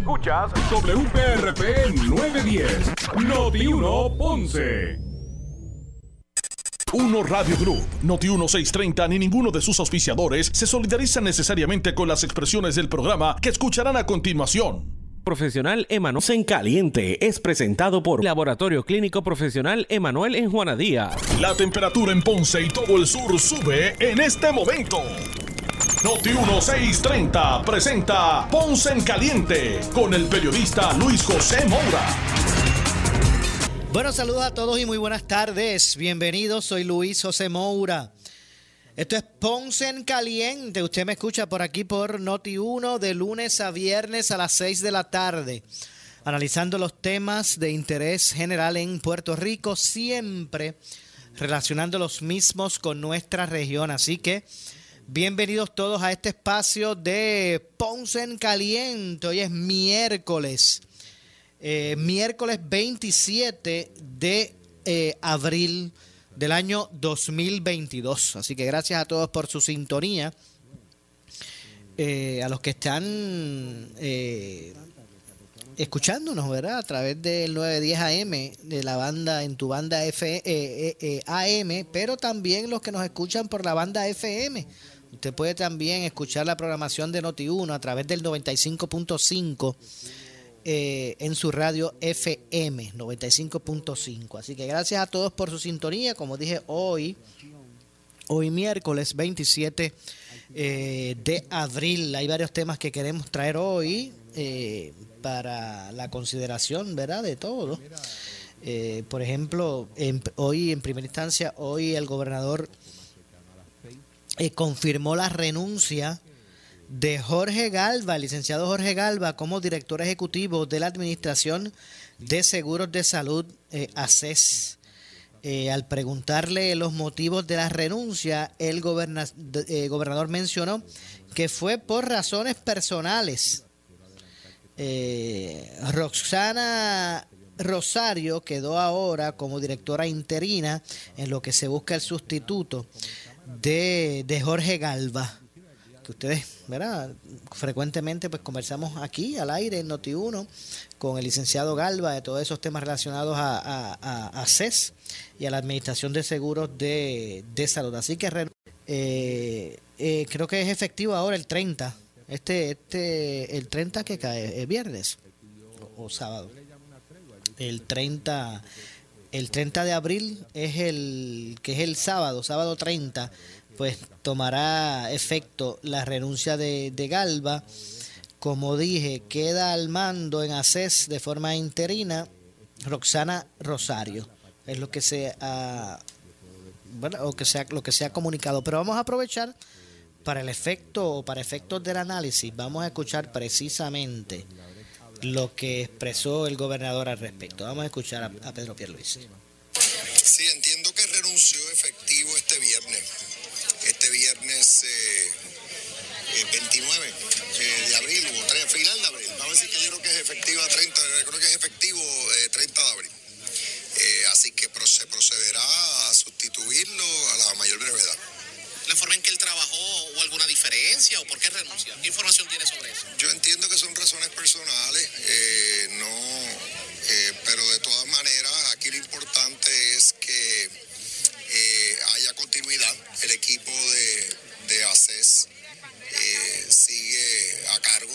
Escuchas WPRP 910, Noti 1 Ponce. Uno Radio Group, Noti 1630 ni ninguno de sus auspiciadores se solidarizan necesariamente con las expresiones del programa que escucharán a continuación. Profesional Emanuel en Caliente es presentado por Laboratorio Clínico Profesional Emanuel en Juana Díaz. La temperatura en Ponce y todo el sur sube en este momento. Noti 1630 presenta Ponce en Caliente con el periodista Luis José Moura. Bueno, saludos a todos y muy buenas tardes. Bienvenidos, soy Luis José Moura. Esto es Ponce en Caliente. Usted me escucha por aquí por Noti 1 de lunes a viernes a las 6 de la tarde. Analizando los temas de interés general en Puerto Rico, siempre relacionando los mismos con nuestra región. Así que bienvenidos todos a este espacio de Ponce en Caliente. Hoy es miércoles 27 de abril del año 2022. Así que gracias a todos por su sintonía. A los que están escuchándonos, ¿verdad? A través del 910 AM, de la banda, en tu banda AM, pero también los que nos escuchan por la banda FM. Usted puede también escuchar la programación de Noti1 a través del 95.5 en su radio FM 95.5. Así que gracias a todos por su sintonía. Como dije, hoy miércoles 27 de abril. Hay varios temas que queremos traer hoy para la consideración, ¿verdad?, de todos. Por ejemplo, hoy en primera instancia, hoy el gobernador confirmó la renuncia de Jorge Galva, el licenciado Jorge Galva, como director ejecutivo de la Administración de Seguros de Salud, ACES. Al preguntarle los motivos de la renuncia, el gobernador mencionó que fue por razones personales. Roxana Rosario quedó ahora como directora interina, en lo que se busca el sustituto de Jorge Galva, que ustedes, ¿verdad?, frecuentemente pues conversamos aquí al aire en Noti1 con el licenciado Galva de todos esos temas relacionados a CES y a la Administración de Seguros de Salud. Así que creo que es efectivo ahora el 30, el 30 que cae, el viernes o sábado. El 30 de abril es el sábado 30, pues tomará efecto la renuncia de Galva. Como dije, queda al mando en ACES de forma interina Roxana Rosario. Es lo que se ha, lo que se ha comunicado. Pero vamos a aprovechar para efectos del análisis. Vamos a escuchar precisamente lo que expresó el gobernador al respecto. Vamos a escuchar a Pedro Pierluisi. Sí, entiendo que renunció efectivo este viernes. Este viernes 29 de abril, o 3, final de abril. Vamos a decir que yo creo que es efectivo 30, creo que es efectivo 30 de abril. Así que se procederá a sustituirlo a la mayor brevedad. ¿La forma en que él trabajó o alguna diferencia o por qué renuncia? ¿Qué información tiene sobre eso? Yo entiendo que son razones personales, pero de todas maneras aquí lo importante es que haya continuidad. El equipo de ACES sigue a cargo.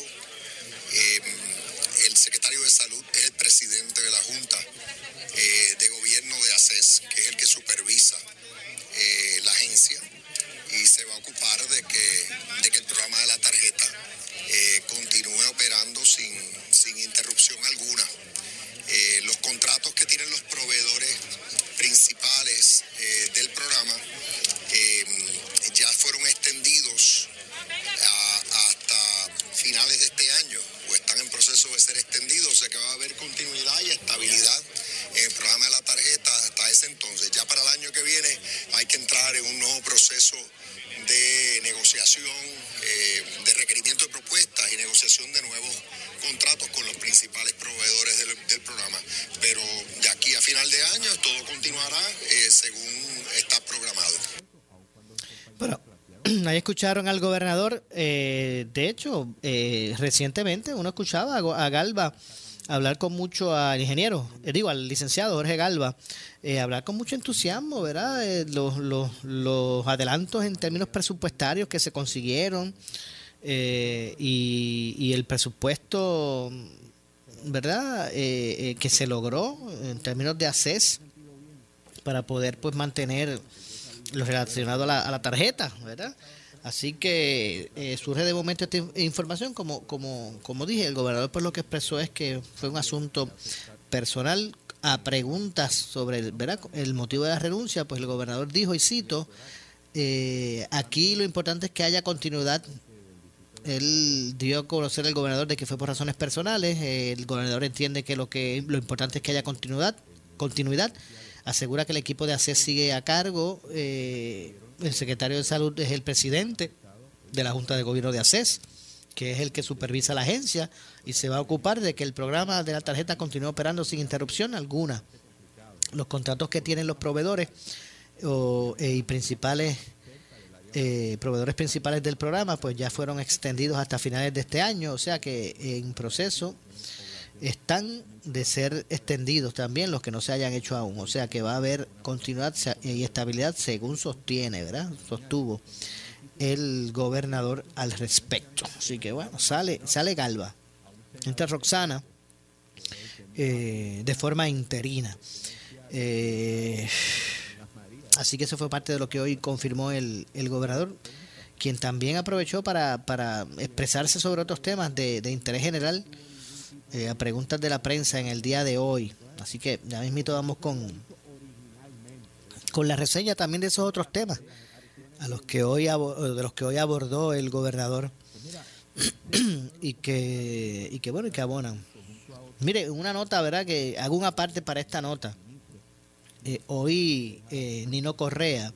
El secretario de Salud es el presidente de la Junta de Gobierno de ACES, que es el que supervisa la agencia, y se va a ocupar de que el programa de la tarjeta continúe operando sin interrupción alguna. Los contratos que tienen los proveedores principales del programa ya fueron extendidos hasta finales de este año, o están en proceso de ser extendidos. O sea que va a haber continuidad y estabilidad en el programa de la tarjeta hasta ese entonces. Ya para el año que viene hay que entrar en un nuevo proceso de negociación, de requerimiento de propuestas y negociación de nuevos contratos con los principales proveedores del programa. Pero de aquí a final de año todo continuará según está programado. Bueno, ahí escucharon al gobernador. De hecho, recientemente uno escuchaba a Galva hablar con mucho al ingeniero, al licenciado Jorge Galva, hablar con mucho entusiasmo, ¿verdad? Los adelantos en términos presupuestarios que se consiguieron y el presupuesto, ¿verdad? Que se logró en términos de ACES para poder pues mantener lo relacionado a la tarjeta, ¿verdad? Así que surge de momento esta información, como dije, el gobernador pues lo que expresó es que fue un asunto personal. A preguntas sobre ¿verdad? El motivo de la renuncia, pues el gobernador dijo, y cito, aquí lo importante es que haya continuidad. Él dio a conocer al gobernador de que fue por razones personales. El gobernador entiende que lo importante es que haya continuidad. Asegura que el equipo de ACES sigue a cargo. El secretario de Salud es el presidente de la Junta de Gobierno de ACES, que es el que supervisa la agencia y se va a ocupar de que el programa de la tarjeta continúe operando sin interrupción alguna. Los contratos que tienen los proveedores y principales proveedores principales del programa pues ya fueron extendidos hasta finales de este año, o sea que en proceso están de ser extendidos también los que no se hayan hecho aún, o sea que va a haber continuidad y estabilidad según sostiene, ¿verdad? Sostuvo el gobernador al respecto. Así que bueno, sale Galva, entra Roxana de forma interina. Así que eso fue parte de lo que hoy confirmó el gobernador, quien también aprovechó para expresarse sobre otros temas de interés general a preguntas de la prensa en el día de hoy. Así que ya mismito vamos con la reseña también de esos otros temas de los que hoy abordó el gobernador y que abonan. Mire, una nota, ¿verdad? Que hago una parte para esta nota. Hoy Nino Correa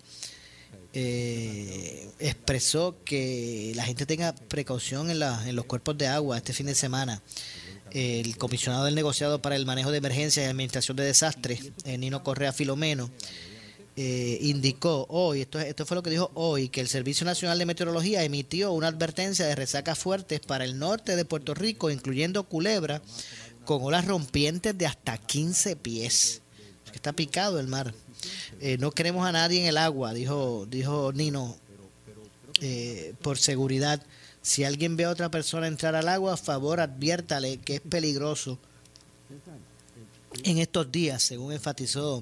expresó que la gente tenga precaución en los cuerpos de agua este fin de semana. El comisionado del negociado para el manejo de emergencias y administración de desastres, Nino Correa Filomeno, indicó hoy, esto fue lo que dijo hoy, que el Servicio Nacional de Meteorología emitió una advertencia de resacas fuertes para el norte de Puerto Rico, incluyendo Culebra, con olas rompientes de hasta 15 pies. Está picado el mar. No queremos a nadie en el agua, dijo Nino, por seguridad. Si alguien ve a otra persona entrar al agua, a favor adviértale que es peligroso en estos días, según enfatizó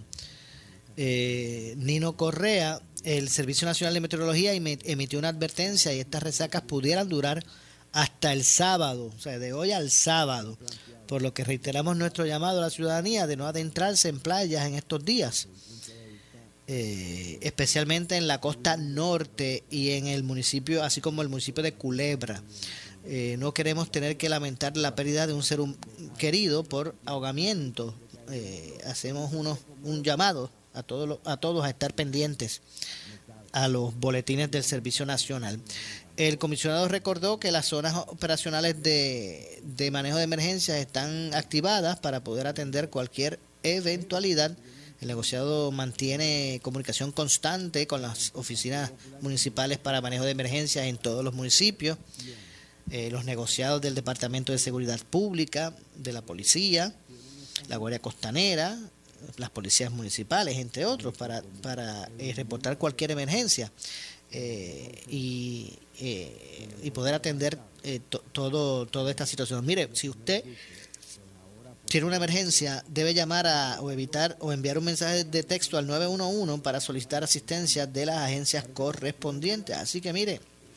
Nino Correa. El Servicio Nacional de Meteorología emitió una advertencia y estas resacas pudieran durar hasta el sábado, o sea, de hoy al sábado, por lo que reiteramos nuestro llamado a la ciudadanía de no adentrarse en playas en estos días, especialmente en la costa norte y en el municipio, así como el municipio de Culebra. No queremos tener que lamentar la pérdida de un ser querido por ahogamiento. Hacemos un llamado a todos a estar pendientes a los boletines del Servicio Nacional. El comisionado recordó que las zonas operacionales de manejo de emergencias están activadas para poder atender cualquier eventualidad. El negociado mantiene comunicación constante con las oficinas municipales para manejo de emergencias en todos los municipios, los negociados del Departamento de Seguridad Pública, de la Policía, la Guardia Costanera, las policías municipales, entre otros, para reportar cualquier emergencia y poder atender toda esta situación. Mire, si usted tiene una emergencia, debe llamar o enviar un mensaje de texto al 911 para solicitar asistencia de las agencias correspondientes. Así que mire,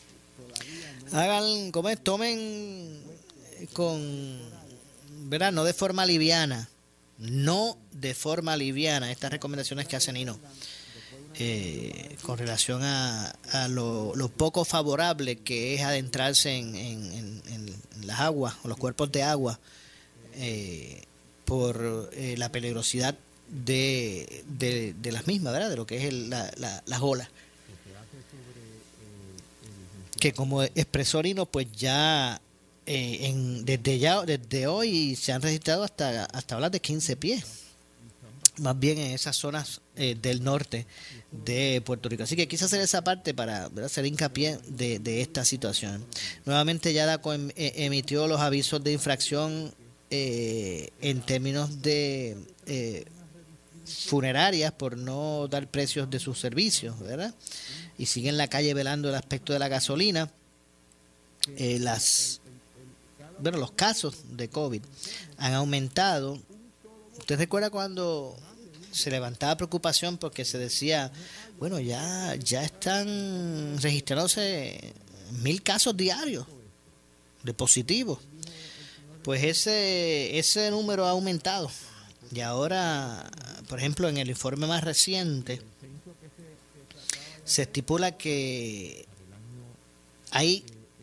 tomen con, ¿verdad? No de forma liviana estas recomendaciones que hace Nino con relación a lo poco favorable que es adentrarse en las aguas o los cuerpos de agua por la peligrosidad de las mismas, ¿verdad? De lo que es las olas, que como expresó Nino, pues ya desde hoy se han registrado hasta olas de 15 pies, más bien en esas zonas del norte de Puerto Rico. Así que quise hacer esa parte para, ¿verdad?, hacer hincapié de esta situación. Nuevamente ya DACO emitió los avisos de infracción en términos de funerarias por no dar precios de sus servicios, ¿verdad? Y sigue en la calle velando el aspecto de la gasolina. Los casos de COVID han aumentado. ¿Usted recuerda cuando se levantaba preocupación porque se decía, bueno, ya están registrándose 1,000 casos diarios de positivos? Pues ese número ha aumentado. Y ahora, por ejemplo, en el informe más reciente, se estipula que hay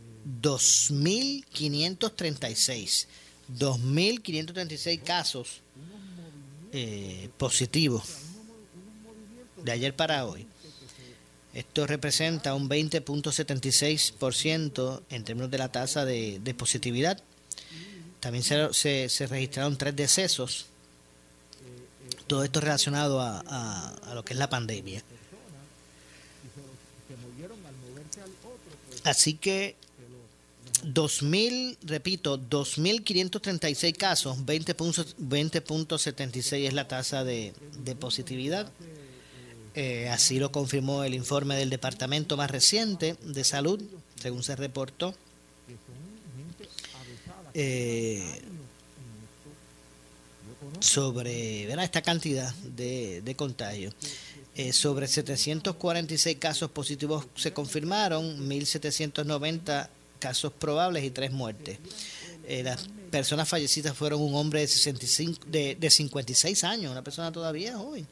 2.536 casos positivos de ayer para hoy. Esto representa un 20.76% en términos de la tasa de positividad. También se registraron 3 decesos. Todo esto relacionado a lo que es la pandemia. Así que 2.536 casos, 20.76 es la tasa de positividad. Así lo confirmó el informe del departamento más reciente de salud, según se reportó. Sobre, ¿verdad?, esta cantidad de contagios. Sobre 746 casos positivos se confirmaron, 1.790 casos probables y 3 muertes. Las personas fallecidas fueron un hombre de 56 años, una persona todavía joven.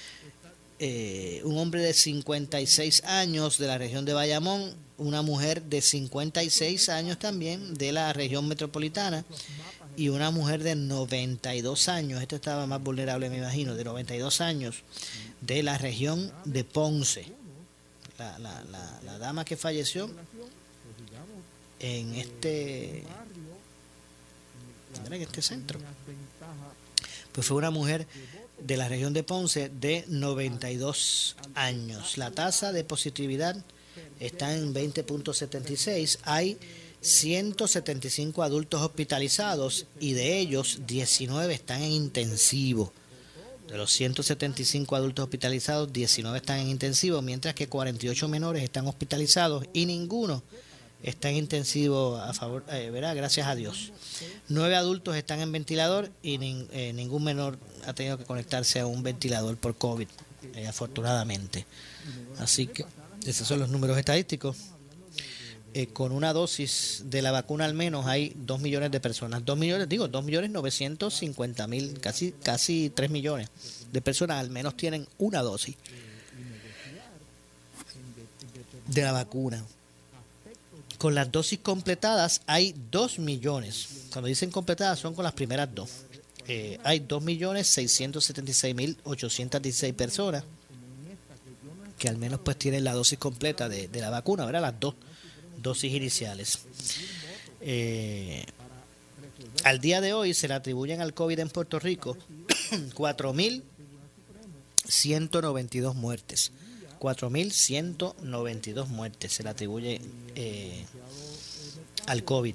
Un hombre de 56 años de la región de Bayamón, una mujer de 56 años también de la región metropolitana y una mujer de 92 años, esta estaba más vulnerable me imagino, de 92 años de la región de Ponce. La dama que falleció en este centro, pues fue una mujer de la región de Ponce de 92 años. La tasa de positividad está en 20.76. Hay 175 adultos hospitalizados y de ellos 19 están en intensivo. De los 175 adultos hospitalizados, 19 están en intensivo, mientras que 48 menores están hospitalizados y ninguno está en intensivo a favor, gracias a Dios. 9 adultos están en ventilador y ningún menor ha tenido que conectarse a un ventilador por COVID, afortunadamente. Así que esos son los números estadísticos. Con una dosis de la vacuna al menos hay 2 millones de personas. 2.950.000, casi 3 millones de personas al menos tienen una dosis de la vacuna. Con las dosis completadas hay 2 millones. Cuando dicen completadas son con las primeras 2. Hay 2.676.816 personas que al menos pues tienen la dosis completa de la vacuna, ¿verdad? Las 2 dosis iniciales. Al día de hoy se le atribuyen al COVID en Puerto Rico 4.192 muertes. 4.192 muertes se le atribuye al COVID.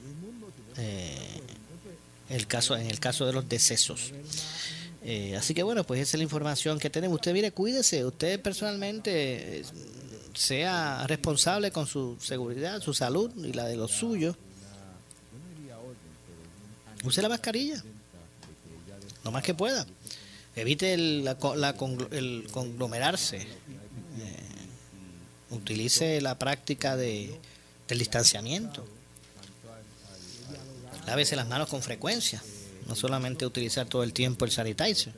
En el caso de los decesos. Así que bueno, pues esa es la información que tenemos. Usted mire, cuídese, usted personalmente sea responsable con su seguridad, su salud y la de los suyos. Use la mascarilla lo más que pueda. Evite el conglomerarse. Utilice la práctica del distanciamiento. Lávese las manos con frecuencia, no solamente utilizar todo el tiempo el sanitizer.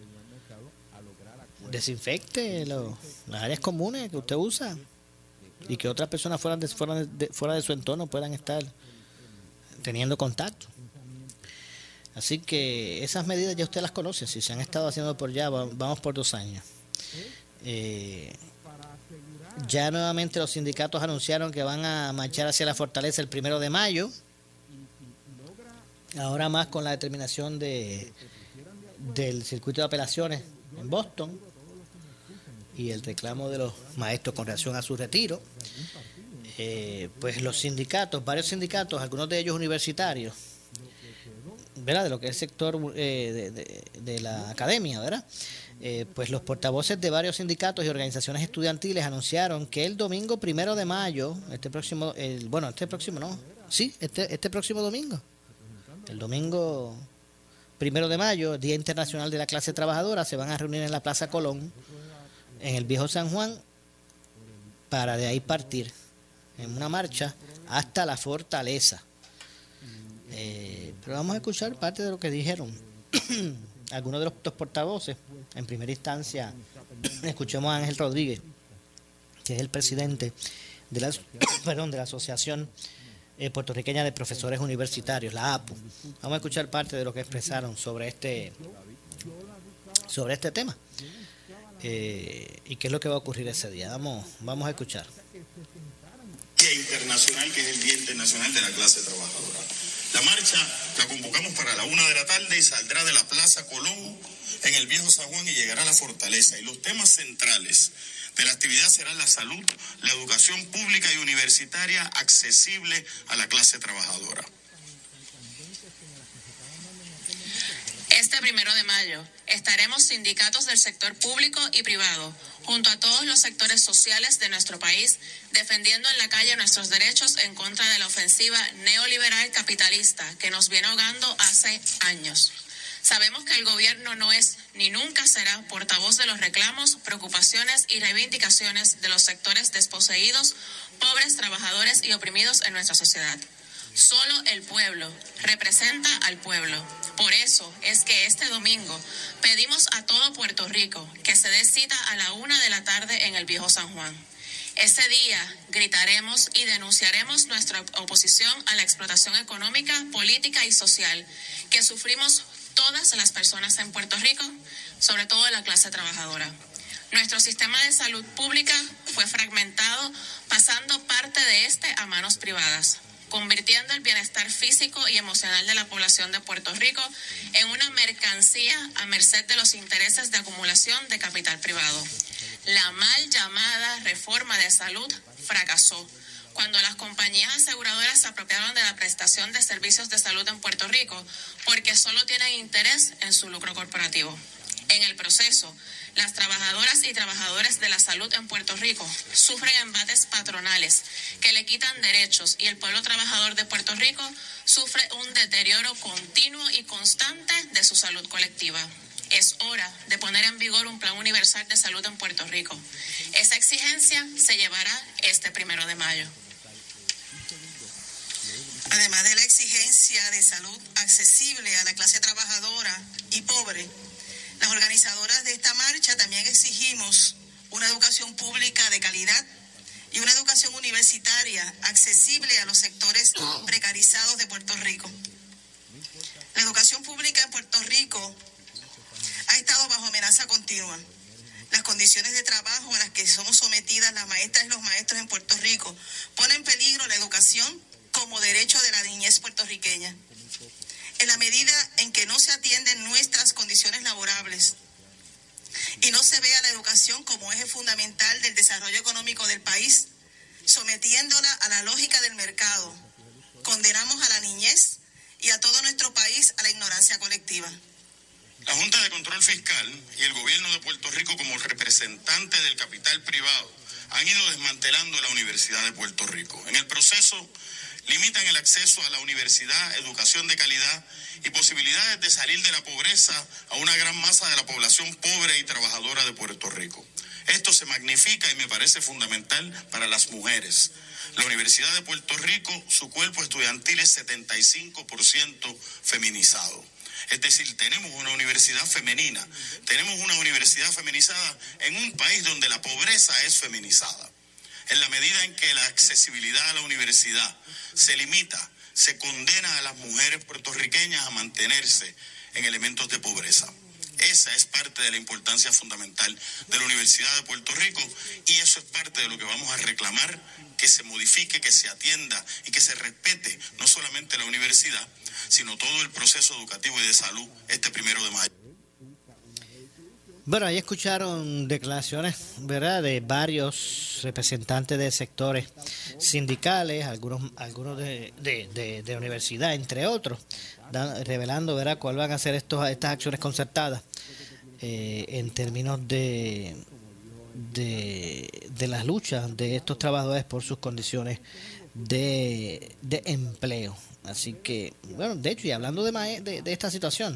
Desinfecte las áreas comunes que usted usa y que otras personas fuera de su entorno puedan estar teniendo contacto. Así que esas medidas ya usted las conoce, si se han estado haciendo por ya, vamos por 2 años. Ya nuevamente los sindicatos anunciaron que van a marchar hacia la fortaleza el 1 de mayo. Ahora más con la determinación del circuito de apelaciones en Boston. y el reclamo de los maestros con relación a su retiro, pues los sindicatos, varios sindicatos, algunos de ellos universitarios, ¿verdad?, de lo que es el sector de la academia, ¿verdad?, pues los portavoces de varios sindicatos y organizaciones estudiantiles anunciaron que el domingo 1 de mayo, este próximo domingo, el domingo 1 de mayo, Día Internacional de la Clase Trabajadora, se van a reunir en la Plaza Colón, en el Viejo San Juan, para de ahí partir en una marcha hasta la Fortaleza. Pero vamos a escuchar parte de lo que dijeron algunos de los dos portavoces. En primera instancia, escuchemos a Ángel Rodríguez, que es el presidente de la, de la Asociación Puertorriqueña de Profesores Universitarios, la APU. Vamos a escuchar parte de lo que expresaron sobre este tema y qué es lo que va a ocurrir ese día. Vamos a escuchar. Día internacional, que es el Día Internacional de la Clase Trabajadora. La marcha la convocamos para la 1 de la tarde y saldrá de la Plaza Colón en el Viejo San Juan y llegará a la Fortaleza. Y los temas centrales de la actividad serán la salud, la educación pública y universitaria accesible a la clase trabajadora. Este 1 de mayo estaremos sindicatos del sector público y privado, junto a todos los sectores sociales de nuestro país, defendiendo en la calle nuestros derechos en contra de la ofensiva neoliberal capitalista que nos viene ahogando hace años. Sabemos que el gobierno no es ni nunca será portavoz de los reclamos, preocupaciones y reivindicaciones de los sectores desposeídos, pobres, trabajadores y oprimidos en nuestra sociedad. Solo el pueblo representa al pueblo. Por eso es que este domingo pedimos a todo Puerto Rico que se dé cita a la 1 de la tarde en el Viejo San Juan. Ese día gritaremos y denunciaremos nuestra oposición a la explotación económica, política y social que sufrimos todas las personas en Puerto Rico, sobre todo la clase trabajadora. Nuestro sistema de salud pública fue fragmentado, pasando parte de este a manos privadas, convirtiendo el bienestar físico y emocional de la población de Puerto Rico en una mercancía a merced de los intereses de acumulación de capital privado. La mal llamada reforma de salud fracasó cuando las compañías aseguradoras se apropiaron de la prestación de servicios de salud en Puerto Rico porque solo tienen interés en su lucro corporativo. En el proceso, las trabajadoras y trabajadores de la salud en Puerto Rico sufren embates patronales que le quitan derechos y el pueblo trabajador de Puerto Rico sufre un deterioro continuo y constante de su salud colectiva. Es hora de poner en vigor un plan universal de salud en Puerto Rico. Esa exigencia se llevará este 1 de mayo. Además de la exigencia de salud accesible a la clase trabajadora y pobre, las organizadoras de esta marcha también exigimos una educación pública de calidad y una educación universitaria accesible a los sectores precarizados de Puerto Rico. La educación pública en Puerto Rico ha estado bajo amenaza continua. Las condiciones de trabajo a las que somos sometidas las maestras y los maestros en Puerto Rico ponen en peligro la educación como derecho de la niñez puertorriqueña. En la medida en que no se atienden nuestras condiciones laborables y no se ve a la educación como eje fundamental del desarrollo económico del país, sometiéndola a la lógica del mercado, condenamos a la niñez y a todo nuestro país a la ignorancia colectiva. La Junta de Control Fiscal y el gobierno de Puerto Rico como representante del capital privado han ido desmantelando la Universidad de Puerto Rico. En el proceso, limitan el acceso a la universidad, educación de calidad y posibilidades de salir de la pobreza a una gran masa de la población pobre y trabajadora de Puerto Rico. Esto se magnifica y me parece fundamental para las mujeres. La Universidad de Puerto Rico, su cuerpo estudiantil es 75% feminizado. Es decir, tenemos una universidad femenina, tenemos una universidad feminizada en un país donde la pobreza es feminizada. En la medida en que la accesibilidad a la universidad se limita, se condena a las mujeres puertorriqueñas a mantenerse en elementos de pobreza. Esa es parte de la importancia fundamental de la Universidad de Puerto Rico y eso es parte de lo que vamos a reclamar, que se modifique, que se atienda y que se respete no solamente la universidad, sino todo el proceso educativo y de salud este 1 de mayo. Bueno, ahí escucharon declaraciones, ¿verdad?, de varios representantes de sectores sindicales, algunos de universidad, entre otros, revelando, ¿verdad?, cuáles van a ser estas acciones concertadas en términos de las luchas de estos trabajadores por sus condiciones de empleo. Así que, bueno, de hecho, y hablando de esta situación,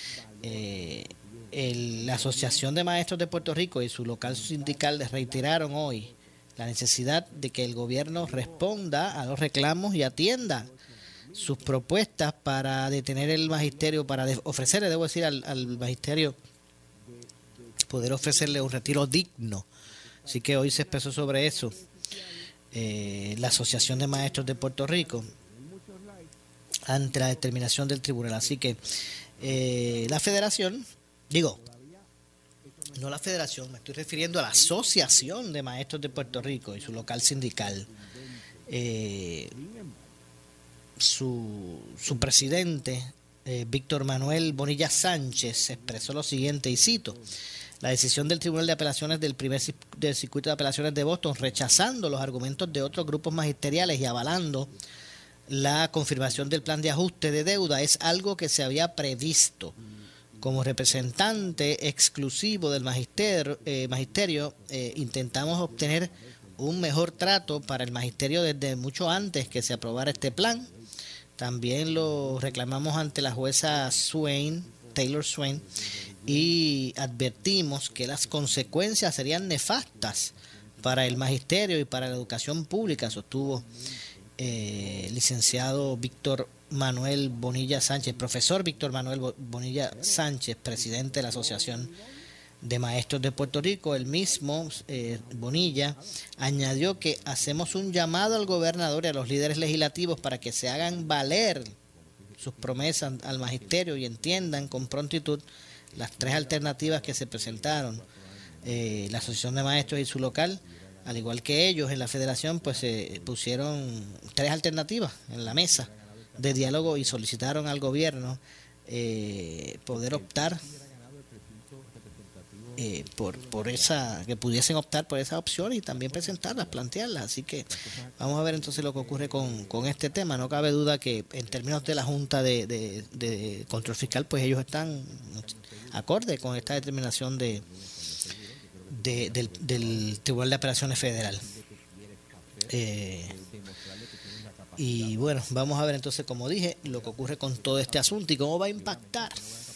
la Asociación de Maestros de Puerto Rico y su local sindical reiteraron hoy la necesidad de que el gobierno responda a los reclamos y atienda sus propuestas para detener el magisterio, para ofrecerle, debo decir, al magisterio, poder ofrecerle un retiro digno. Así que hoy se expresó sobre eso la Asociación de Maestros de Puerto Rico ante la determinación del tribunal. Así que la federación, no la federación, me estoy refiriendo a la Asociación de Maestros de Puerto Rico y su local sindical. Su presidente, Víctor Manuel Bonilla Sánchez, expresó lo siguiente, y cito: la decisión del Tribunal de Apelaciones del Circuito de Apelaciones de Boston, rechazando los argumentos de otros grupos magisteriales y avalando la confirmación del plan de ajuste de deuda, es algo que se había previsto. Como representante exclusivo del magisterio, intentamos obtener un mejor trato para el magisterio desde mucho antes que se aprobara este plan. También lo reclamamos ante la jueza Taylor Swain, y advertimos que las consecuencias serían nefastas para el magisterio y para la educación pública, sostuvo licenciado Víctor Manuel Bonilla Sánchez, profesor Víctor Manuel Bonilla Sánchez, presidente de la Asociación de Maestros de Puerto Rico. El mismo Bonilla añadió que hacemos un llamado al gobernador y a los líderes legislativos para que se hagan valer sus promesas al magisterio y entiendan con prontitud las tres alternativas que se presentaron. La Asociación de Maestros y su local, al igual que ellos en la federación, pues se pusieron tres alternativas en la mesa de diálogo y solicitaron al gobierno poder optar por esa, que pudiesen optar por esas opciones y también presentarlas, plantearlas. Así que vamos a ver entonces lo que ocurre con este tema. No cabe duda que en términos de la Junta de Control Fiscal, pues ellos están acorde con esta determinación del Tribunal de Apelaciones Federal. Y bueno, vamos a ver entonces, como dije, lo que ocurre con todo este asunto y cómo va a impactar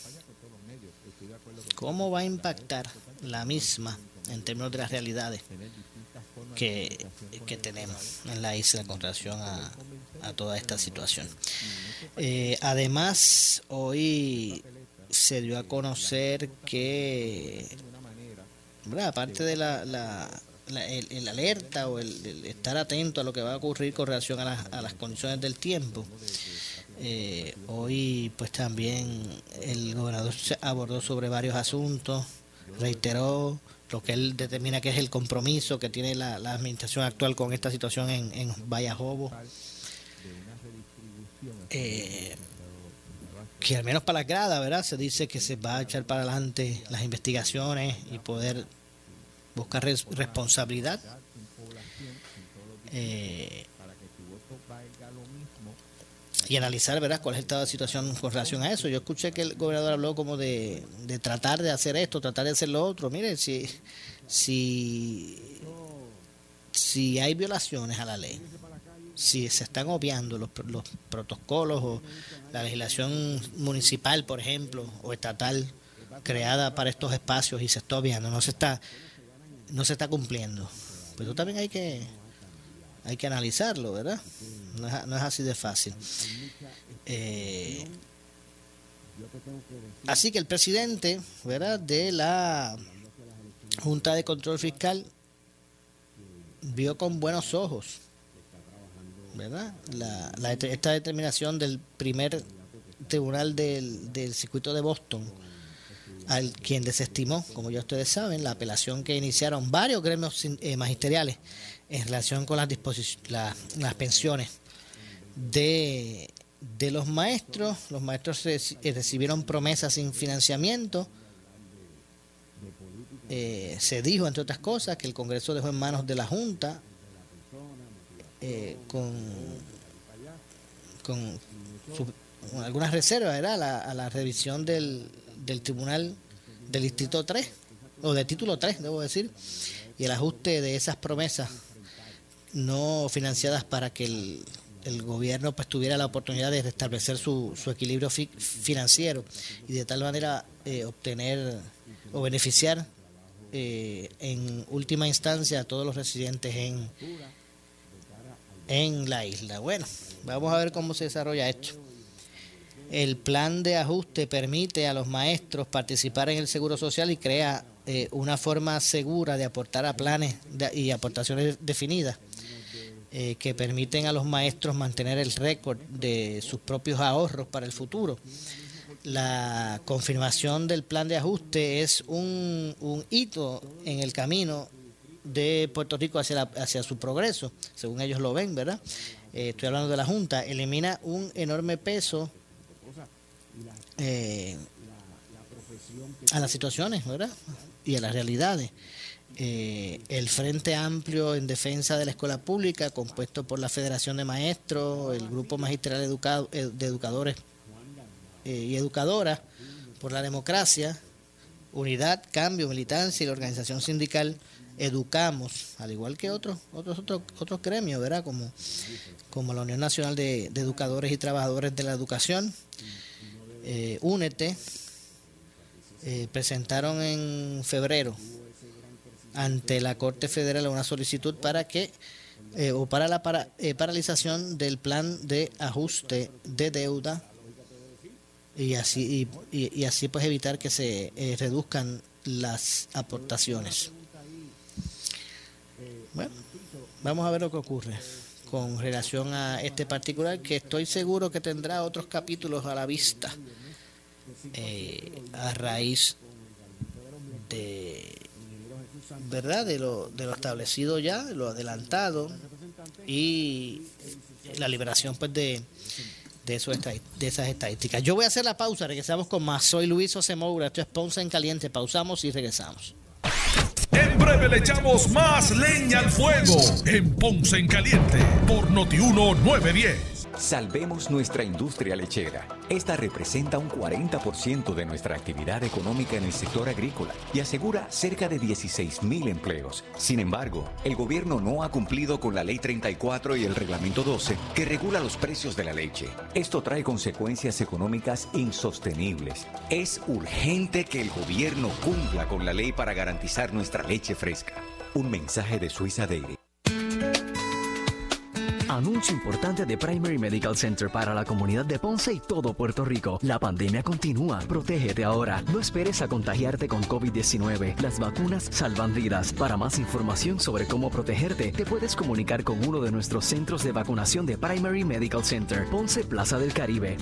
la misma en términos de las realidades que tenemos en la isla con relación a toda esta situación. Además, hoy se dio a conocer que, ¿verdad?, aparte de el alerta o el estar atento a lo que va a ocurrir con relación a las condiciones del tiempo, hoy pues también el gobernador se abordó sobre varios asuntos, reiteró lo que él determina que es el compromiso que tiene la administración actual con esta situación en Vallajobo, que al menos para las gradas, ¿verdad?, se dice que se va a echar para adelante las investigaciones y poder buscar responsabilidad. Y analizar, ¿verdad?, cuál es el estado de situación con relación a eso. Yo escuché que el gobernador habló como de tratar de hacer esto, tratar de hacer lo otro. Mire, si hay violaciones a la ley, si se están obviando los protocolos o la legislación municipal, por ejemplo, o estatal creada para estos espacios y se está obviando, no se está cumpliendo, pues eso también hay que analizarlo, ¿verdad? No es así de fácil. Así que el presidente, ¿verdad?, de la Junta de Control Fiscal vio con buenos ojos, ¿verdad?, esta determinación del primer tribunal del circuito de Boston, al quien desestimó, como ya ustedes saben, la apelación que iniciaron varios gremios magisteriales en relación con las pensiones de los maestros. Los maestros recibieron promesas sin financiamiento se dijo, entre otras cosas, que el Congreso dejó en manos de la Junta con algunas reservas, ¿verdad? A la revisión del Tribunal del Distrito 3, o del Título 3, debo decir, y el ajuste de esas promesas no financiadas para que el gobierno pues tuviera la oportunidad de restablecer su equilibrio financiero y de tal manera obtener o beneficiar en última instancia a todos los residentes en la isla. Bueno, vamos a ver cómo se desarrolla esto. El plan de ajuste permite a los maestros participar en el Seguro Social y crea una forma segura de aportar a planes y aportaciones definidas que permiten a los maestros mantener el récord de sus propios ahorros para el futuro. La confirmación del plan de ajuste es un hito en el camino de Puerto Rico hacia su progreso, según ellos lo ven, ¿verdad? Estoy hablando de la Junta. Elimina un enorme peso a las situaciones, ¿verdad? Y a las realidades. El Frente Amplio en Defensa de la Escuela Pública, compuesto por la Federación de Maestros, el Grupo Magistral de Educadores y Educadoras por la Democracia, Unidad, Cambio, Militancia y la Organización Sindical Educamos, al igual que otros gremios, ¿verdad? Como la Unión Nacional de Educadores y Trabajadores de la Educación, Únete, presentaron en febrero ante la Corte Federal una solicitud para la paralización del plan de ajuste de deuda y así pues evitar que se reduzcan las aportaciones. Bueno, vamos a ver lo que ocurre con relación a este particular, que estoy seguro que tendrá otros capítulos a la vista a raíz de lo establecido ya, lo adelantado y la liberación pues de esas estadísticas. Yo voy a hacer la pausa, regresamos con más. Soy Luis José Moura, esto es Ponce en Caliente. Pausamos y regresamos. En breve le echamos más leña al fuego en Ponce en Caliente por Noti1 910. Salvemos nuestra industria lechera. Esta representa un 40% de nuestra actividad económica en el sector agrícola y asegura cerca de 16,000 empleos. Sin embargo, el gobierno no ha cumplido con la Ley 34 y el Reglamento 12 que regula los precios de la leche. Esto trae consecuencias económicas insostenibles. Es urgente que el gobierno cumpla con la ley para garantizar nuestra leche fresca. Un mensaje de Suiza Dairy. Anuncio importante de Primary Medical Center para la comunidad de Ponce y todo Puerto Rico. La pandemia continúa. Protégete ahora. No esperes a contagiarte con COVID-19. Las vacunas salvan vidas. Para más información sobre cómo protegerte, te puedes comunicar con uno de nuestros centros de vacunación de Primary Medical Center. Ponce Plaza del Caribe,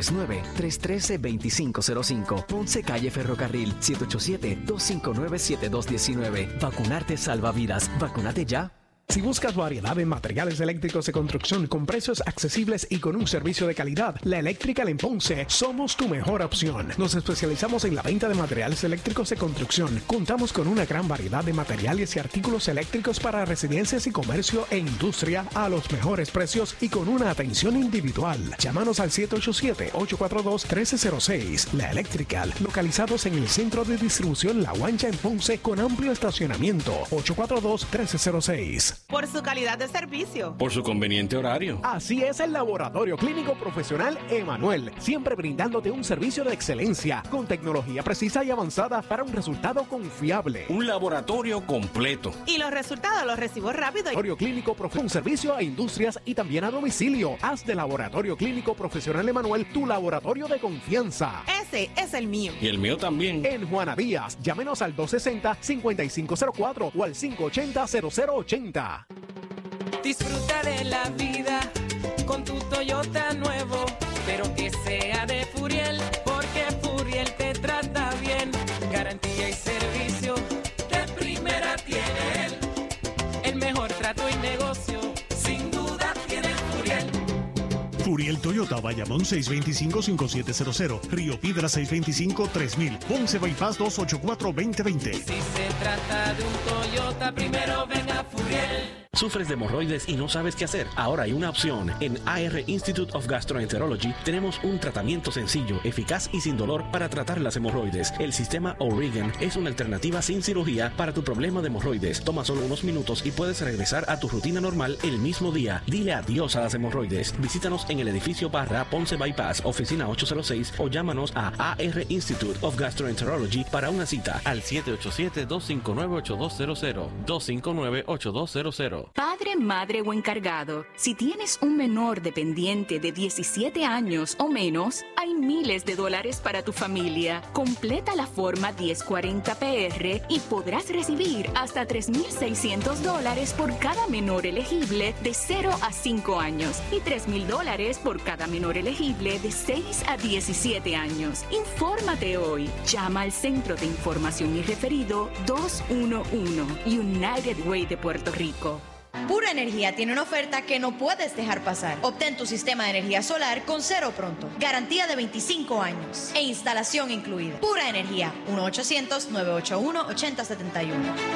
939-313-2505. Ponce Calle Ferrocarril, 787-259-7219. Vacunarte salva vidas. Vacúnate ya. Si buscas variedad en materiales eléctricos de construcción con precios accesibles y con un servicio de calidad, La Electrical en Ponce somos tu mejor opción. Nos especializamos en la venta de materiales eléctricos de construcción. Contamos con una gran variedad de materiales y artículos eléctricos para residencias y comercio e industria a los mejores precios y con una atención individual. Llámanos al 787-842-1306. La Electrical, localizados en el centro de distribución La Guancha en Ponce con amplio estacionamiento. 842-1306. Por su calidad de servicio. Por su conveniente horario. Así es el Laboratorio Clínico Profesional Emanuel, siempre brindándote un servicio de excelencia con tecnología precisa y avanzada para un resultado confiable. Un laboratorio completo. Y los resultados los recibo rápido. Laboratorio Clínico Profesional, un servicio a industrias y también a domicilio. Haz de Laboratorio Clínico Profesional Emanuel tu laboratorio de confianza. Ese es el mío. Y el mío también. En Juana Díaz, llámenos al 260-5504 o al 580-0080. Disfruta de la vida con tu Toyota nuevo, pero que sea de Furiel, porque Furiel te trata bien. Garantía y servicio de primera tiene él. El mejor trato y negocio, sin duda tiene Furiel. Furiel Toyota, Bayamón 625-5700, Río Piedra 625-3000, Ponce Bypass 284-2020. Si se trata de un Toyota, primero ven a Furiel. ¿Sufres de hemorroides y no sabes qué hacer? Ahora hay una opción. En AR Institute of Gastroenterology tenemos un tratamiento sencillo, eficaz y sin dolor para tratar las hemorroides. El sistema O'Regan es una alternativa sin cirugía para tu problema de hemorroides. Toma solo unos minutos y puedes regresar a tu rutina normal el mismo día. Dile adiós a las hemorroides. Visítanos en el edificio Barra Ponce Bypass, oficina 806 o llámanos a AR Institute of Gastroenterology para una cita al 787-259-8200. 259-8200. Padre, madre o encargado, si tienes un menor dependiente de 17 años o menos, hay miles de dólares para tu familia. Completa la forma 1040PR y podrás recibir hasta $3,600 por cada menor elegible de 0 a 5 años y $3,000 por cada menor elegible de 6 a 17 años. Infórmate hoy. Llama al Centro de Información y Referido 211 United Way de Puerto Rico. Pura Energía tiene una oferta que no puedes dejar pasar. Obtén tu sistema de energía solar con cero pronto. Garantía de 25 años e instalación incluida. Pura Energía, 1-800-981-8071.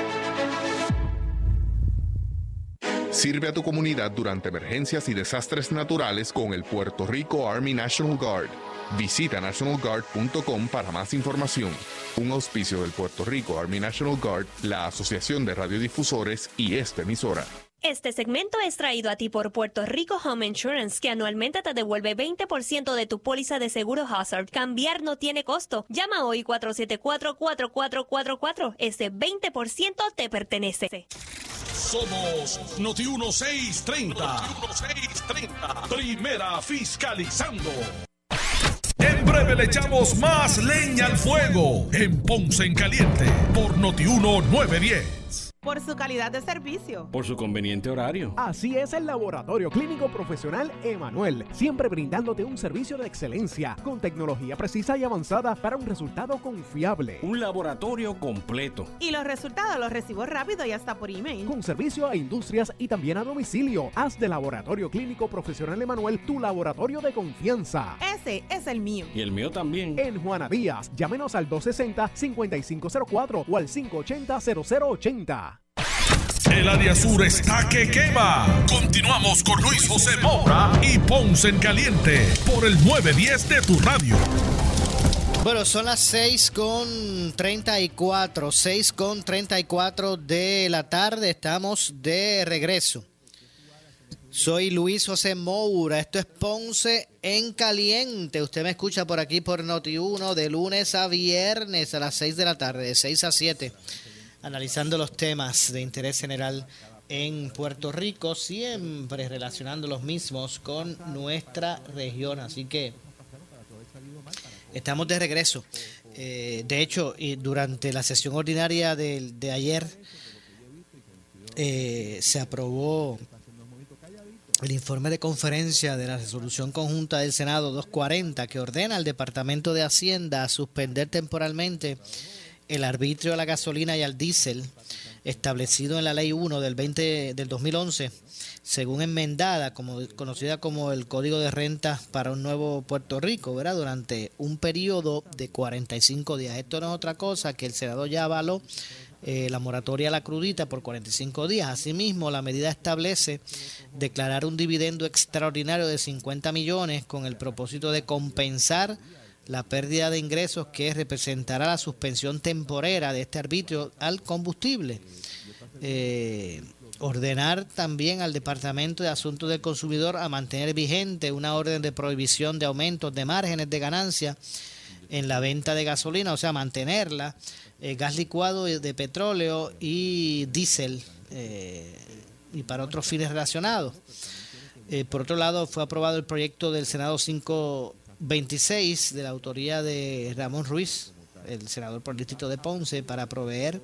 Sirve a tu comunidad durante emergencias y desastres naturales con el Puerto Rico Army National Guard. Visita nationalguard.com para más información. Un auspicio del Puerto Rico Army National Guard, la Asociación de Radiodifusores y esta emisora. Este segmento es traído a ti por Puerto Rico Home Insurance, que anualmente te devuelve 20% de tu póliza de seguro Hazard. Cambiar no tiene costo. Llama hoy 474-4444. Ese 20% te pertenece. Somos Noti 1630. Primera fiscalizando. En breve le echamos más leña al fuego en Ponce en Caliente por Noti 910. Por su calidad de servicio. Por su conveniente horario. Así es el Laboratorio Clínico Profesional Emanuel, siempre brindándote un servicio de excelencia, con tecnología precisa y avanzada para un resultado confiable. Un laboratorio completo. Y los resultados los recibo rápido y hasta por email. Con servicio a industrias y también a domicilio. Haz de Laboratorio Clínico Profesional Emanuel tu laboratorio de confianza. Ese es el mío. Y el mío también. En Juana Díaz, llámenos al 260-5504 o al 580-0080. El área sur está que quema. Continuamos con Luis José Moura y Ponce en Caliente por el 910 de tu radio. Bueno, son las 6:34 de la tarde. Estamos de regreso. Soy Luis José Moura. Esto es Ponce en Caliente. Usted me escucha por aquí por Noti1 de lunes a viernes a las 6 de la tarde, de 6 a 7. Analizando los temas de interés general en Puerto Rico, siempre relacionando los mismos con nuestra región. Así que estamos de regreso. De hecho, durante la sesión ordinaria de ayer se aprobó el informe de conferencia de la resolución conjunta del Senado 240 que ordena al Departamento de Hacienda suspender temporalmente el arbitrio a la gasolina y al diésel establecido en la Ley 1 del 2011, según enmendada, conocida como el Código de Renta para un Nuevo Puerto Rico, ¿verdad? Durante un periodo de 45 días. Esto no es otra cosa que el Senado ya avaló la moratoria a la crudita por 45 días. Asimismo, la medida establece declarar un dividendo extraordinario de 50 millones con el propósito de compensar la pérdida de ingresos que representará la suspensión temporera de este arbitrio al combustible. Ordenar también al Departamento de Asuntos del Consumidor a mantener vigente una orden de prohibición de aumentos de márgenes de ganancia en la venta de gasolina, o sea, mantenerla, gas licuado de petróleo y diésel y para otros fines relacionados. Por otro lado, fue aprobado el proyecto del Senado 526 de la autoría de Ramón Ruiz, el senador por el distrito de Ponce, para promover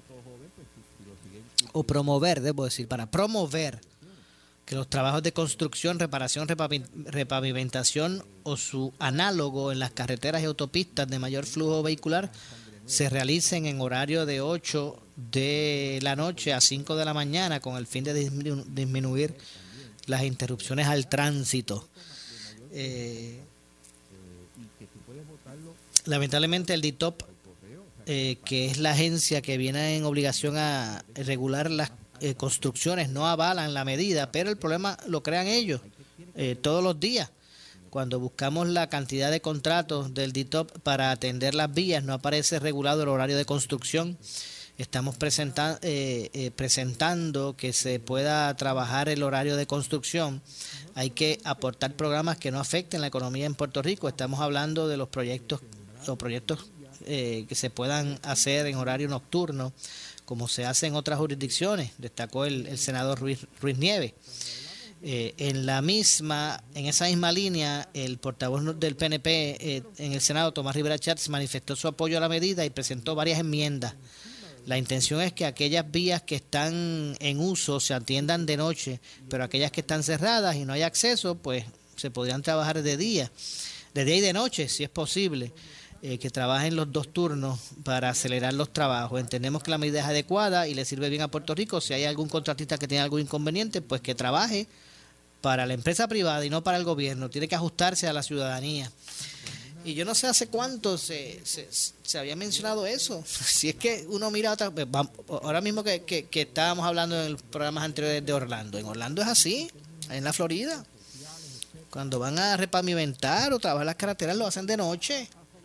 que los trabajos de construcción, reparación, repavimentación o su análogo en las carreteras y autopistas de mayor flujo vehicular se realicen en horario de 8 de la noche a 5 de la mañana con el fin de disminuir las interrupciones al tránsito. Lamentablemente el DITOP, que es la agencia que viene en obligación a regular las construcciones, no avalan la medida, pero el problema lo crean ellos todos los días. Cuando buscamos la cantidad de contratos del DITOP para atender las vías, no aparece regulado el horario de construcción. Estamos presentando que se pueda trabajar el horario de construcción. Hay que aportar programas que no afecten la economía en Puerto Rico. Estamos hablando de los proyectos que se puedan hacer en horario nocturno, como se hace en otras jurisdicciones, destacó el senador Ruiz Nieves. En esa misma línea, el portavoz del PNP en el Senado, Tomás Rivera Chats, manifestó su apoyo a la medida y presentó varias enmiendas. La intención es que aquellas vías que están en uso se atiendan de noche, pero aquellas que están cerradas y no hay acceso, pues se podrían trabajar de día y de noche, si es posible, que trabajen los dos turnos para acelerar los trabajos. Entendemos que la medida es adecuada y le sirve bien a Puerto Rico. Si hay algún contratista que tiene algún inconveniente, pues que trabaje para la empresa privada y no para el gobierno. Tiene que ajustarse a la ciudadanía. Y yo no sé hace cuánto se había mencionado eso. Si es que uno mira ahora mismo que estábamos hablando en los programas anteriores de Orlando. En Orlando es así, en la Florida. Cuando van a repavimentar o trabajar las carreteras lo hacen de noche.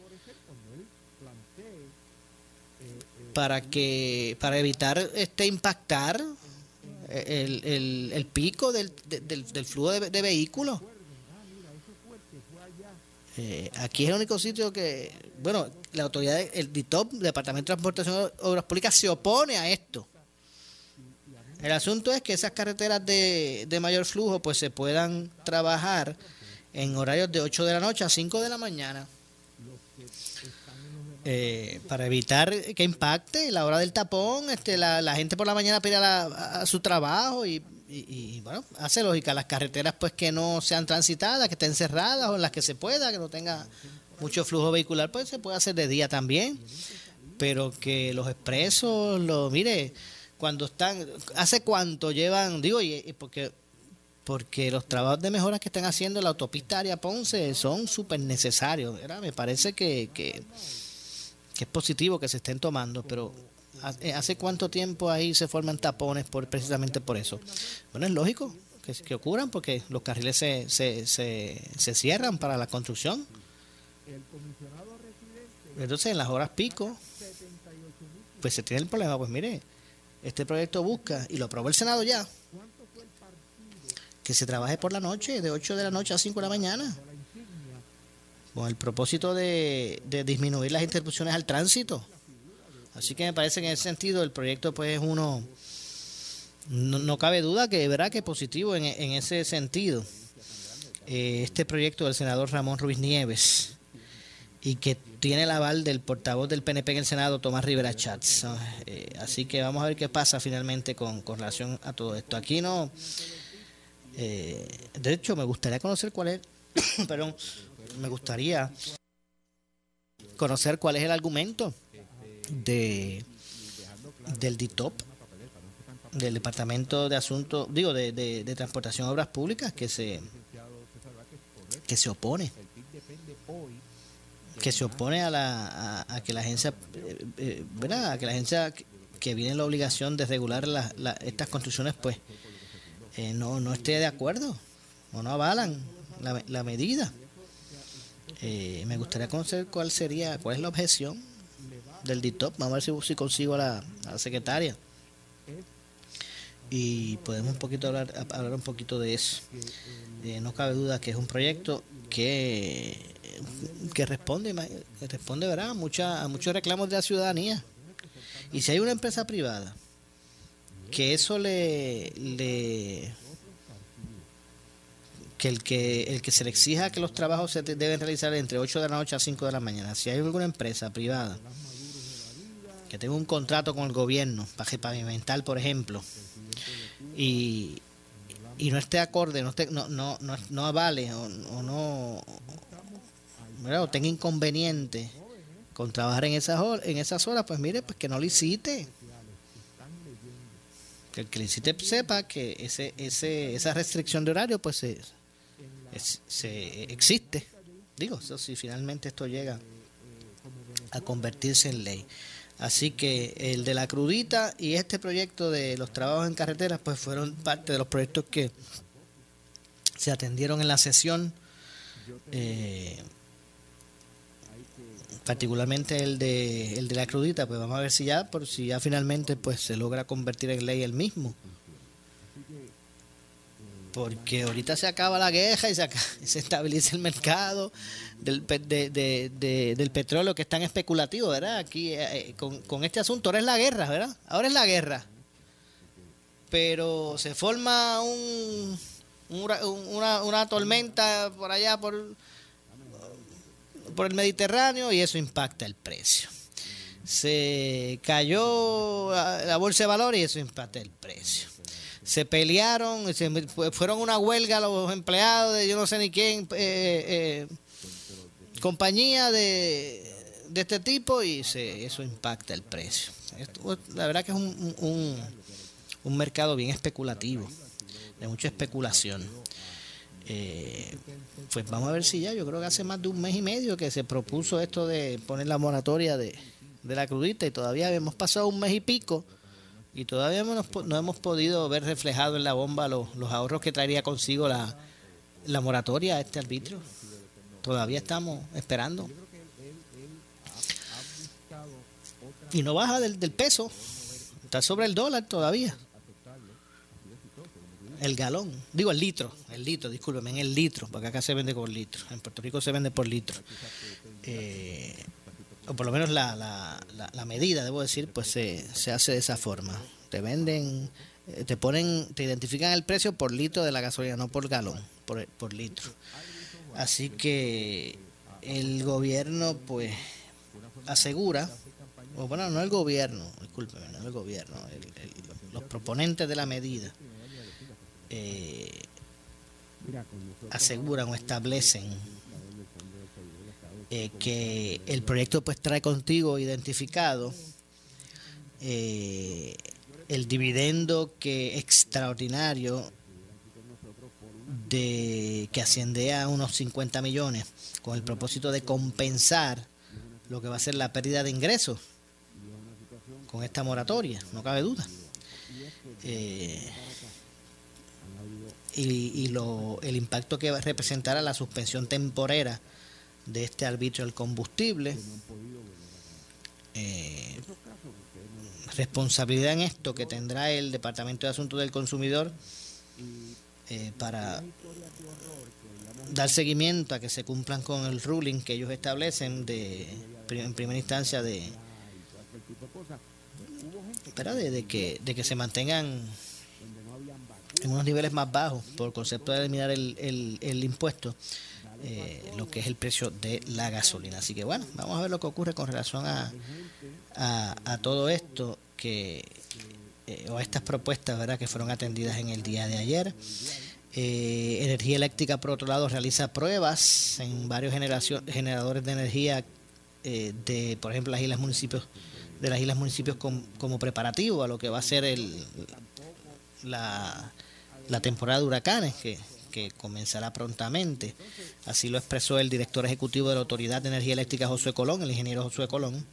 Para evitar impactar el pico del flujo de vehículos. Aquí es el único sitio que, bueno, la autoridad, el DITOP, Departamento de Transportación y Obras Públicas, se opone a esto. El asunto es que esas carreteras de mayor flujo pues se puedan trabajar en horarios de 8 de la noche a 5 de la mañana. Para evitar que impacte la hora del tapón, la gente por la mañana pide a su trabajo y bueno, hace lógica las carreteras pues que no sean transitadas, que estén cerradas o en las que se pueda, que no tenga mucho flujo vehicular, pues se puede hacer de día también, pero que los expresos, mire, cuando están, ¿hace cuánto llevan? Digo, porque los trabajos de mejoras que están haciendo en la autopista Área Ponce son súper necesarios, ¿verdad? Me parece que es positivo que se estén tomando, pero ¿hace cuánto tiempo ahí se forman tapones precisamente por eso? Bueno, es lógico que ocurran porque los carriles se cierran para la construcción. Entonces, en las horas pico, pues se tiene el problema. Pues mire, este proyecto busca, y lo aprobó el Senado ya, que se trabaje por la noche, de 8 de la noche a 5 de la mañana, con el propósito de disminuir las interrupciones al tránsito. Así que me parece que en ese sentido el proyecto pues es no cabe duda que verá que es positivo en ese sentido. Este proyecto del senador Ramón Ruiz Nieves y que tiene el aval del portavoz del PNP en el Senado, Tomás Rivera Chats. Así que vamos a ver qué pasa finalmente con relación a todo esto. Aquí no... de hecho, me gustaría conocer cuál es... perdón, me gustaría conocer cuál es el argumento del DITOP, del Departamento de Asuntos, de Transportación y Obras Públicas, que se opone a que la agencia, ¿verdad? A que la agencia que viene la obligación de regular estas construcciones, pues no esté de acuerdo o no avalan la medida. Me gustaría conocer cuál es la objeción del DITOP. Vamos a ver si consigo a la secretaria y podemos hablar un poquito de eso. No cabe duda que es un proyecto que responde, ¿verdad? a muchos reclamos de la ciudadanía. Y si hay una empresa privada que eso que el que se le exija que los trabajos se deben realizar entre 8 de la noche a 5 de la mañana, si hay alguna empresa privada que tenga un contrato con el gobierno para pavimentar, por ejemplo, y no esté acorde, no avale o no, ¿verdad? O tenga inconveniente con trabajar en esas horas, pues mire, pues que no licite. Que el que licite sepa que esa restricción de horario pues es existe. Digo, eso si finalmente esto llega a convertirse en ley. Así que el de la crudita y este proyecto de los trabajos en carreteras pues fueron parte de los proyectos que se atendieron en la sesión, particularmente el de la crudita. Pues vamos a ver si ya finalmente pues se logra convertir en ley el mismo, porque ahorita se acaba la guerra y se estabiliza el mercado del petróleo, que es tan especulativo, ¿verdad? Aquí con este asunto ahora es la guerra, ¿verdad? Ahora es la guerra, pero se forma una tormenta por allá por el Mediterráneo y eso impacta el precio. Se cayó la bolsa de valores y eso impacta el precio. Se pelearon, fueron a una huelga los empleados de yo no sé ni quién, compañía de este tipo, y eso impacta el precio. La verdad que es un mercado bien especulativo, de mucha especulación. Pues vamos a ver si yo creo que hace más de un mes y medio que se propuso esto de poner la moratoria de la crudita, y todavía hemos pasado un mes y pico y todavía no hemos podido ver reflejado en la bomba los ahorros que traería consigo la moratoria a este arbitrio. Todavía estamos esperando. Y no baja del peso, está sobre el dólar todavía. El galón, digo el litro, discúlpeme, en el litro, porque acá se vende por litro, en Puerto Rico se vende por litro. O por lo menos la medida, debo decir, pues se hace de esa forma. Te venden, te identifican el precio por litro de la gasolina, no por galón, por litro. Así que el gobierno pues asegura, o bueno, no el gobierno, discúlpeme, no el gobierno, los proponentes de la medida aseguran o establecen que el proyecto pues trae contigo identificado el dividendo extraordinario que asciende a unos 50 millones, con el propósito de compensar lo que va a ser la pérdida de ingresos con esta moratoria, no cabe duda. El impacto que va a representar a la suspensión temporera de este arbitrio del combustible, responsabilidad en esto que tendrá el Departamento de Asuntos del Consumidor para dar seguimiento a que se cumplan con el ruling que ellos establecen en primera instancia de que se mantengan en unos niveles más bajos por concepto de eliminar el impuesto, lo que es el precio de la gasolina. Así que bueno, vamos a ver lo que ocurre con relación a todo esto o a estas propuestas, ¿verdad?, que fueron atendidas en el día de ayer. Energía Eléctrica, por otro lado, realiza pruebas en varios generadores de energía por ejemplo, las islas municipios como preparativo a lo que va a ser la temporada de huracanes que comenzará prontamente. Así lo expresó el director ejecutivo de la Autoridad de Energía Eléctrica, Josué Colón, el ingeniero Josué Colón,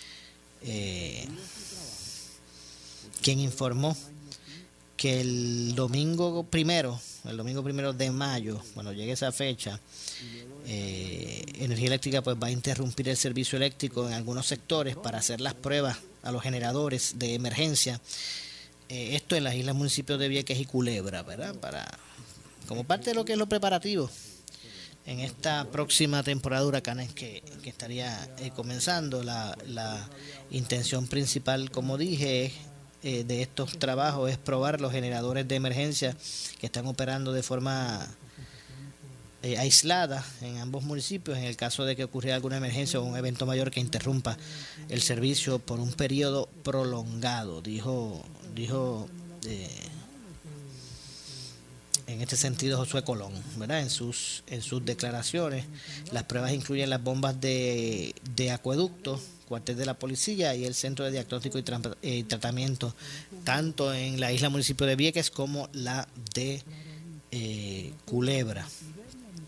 quien informó que el domingo primero de mayo, cuando llegue esa fecha, Energía Eléctrica pues va a interrumpir el servicio eléctrico en algunos sectores para hacer las pruebas a los generadores de emergencia. Esto en las islas municipios de Vieques y Culebra, ¿verdad? Como parte de lo que es lo preparativo en esta próxima temporada de huracanes que estaría comenzando. La intención principal, como dije, de estos trabajos es probar los generadores de emergencia que están operando de forma aislada en ambos municipios en el caso de que ocurriera alguna emergencia o un evento mayor que interrumpa el servicio por un periodo prolongado, dijo en este sentido Josué Colón, ¿verdad? En sus declaraciones. Las pruebas incluyen las bombas de acueducto, cuartel de la policía y el centro de diagnóstico y tratamiento, tanto en la isla municipio de Vieques como la de Culebra.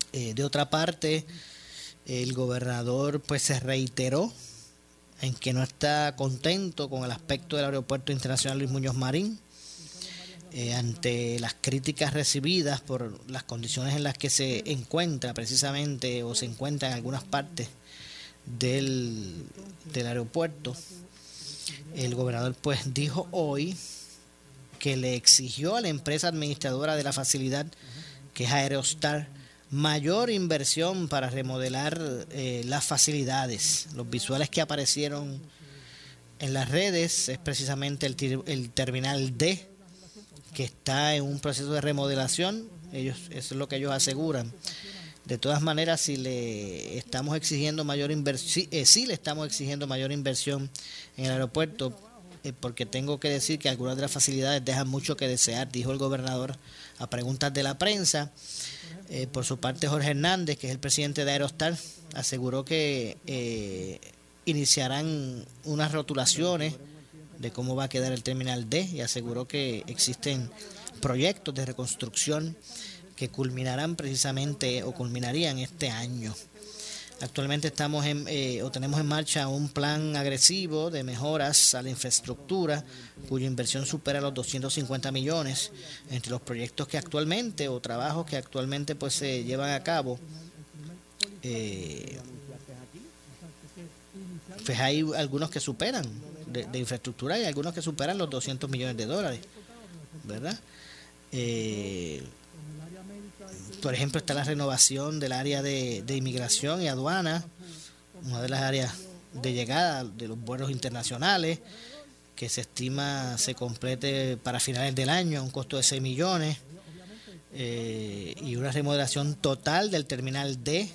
De otra parte, el gobernador pues se reiteró en que no está contento con el aspecto del Aeropuerto Internacional Luis Muñoz Marín, ante las críticas recibidas por las condiciones en las que se encuentra precisamente o se encuentra en algunas partes del aeropuerto. El gobernador pues dijo hoy que le exigió a la empresa administradora de la facilidad, que es Aerostar, mayor inversión para remodelar las facilidades. Los visuales que aparecieron en las redes es precisamente el terminal D, que está en un proceso de remodelación. Eso es lo que ellos aseguran. De todas maneras, si le estamos exigiendo mayor inversión, sí le estamos exigiendo mayor inversión en el aeropuerto, porque tengo que decir que algunas de las facilidades dejan mucho que desear, dijo el gobernador a preguntas de la prensa. Por su parte, Jorge Hernández, que es el presidente de Aerostar, aseguró que iniciarán unas rotulaciones de cómo va a quedar el terminal D, y aseguró que existen proyectos de reconstrucción que culminarían este año. Actualmente tenemos en marcha un plan agresivo de mejoras a la infraestructura, cuya inversión supera los 250 millones. Entre los proyectos que actualmente, o trabajos que actualmente pues se llevan a cabo, pues hay algunos que superan de infraestructura, y algunos que superan los 200 millones de dólares, ¿verdad? Por ejemplo, está la renovación del área de inmigración y aduana, una de las áreas de llegada de los vuelos internacionales, que se estima se complete para finales del año a un costo de 6 millones, y una remodelación total del terminal D,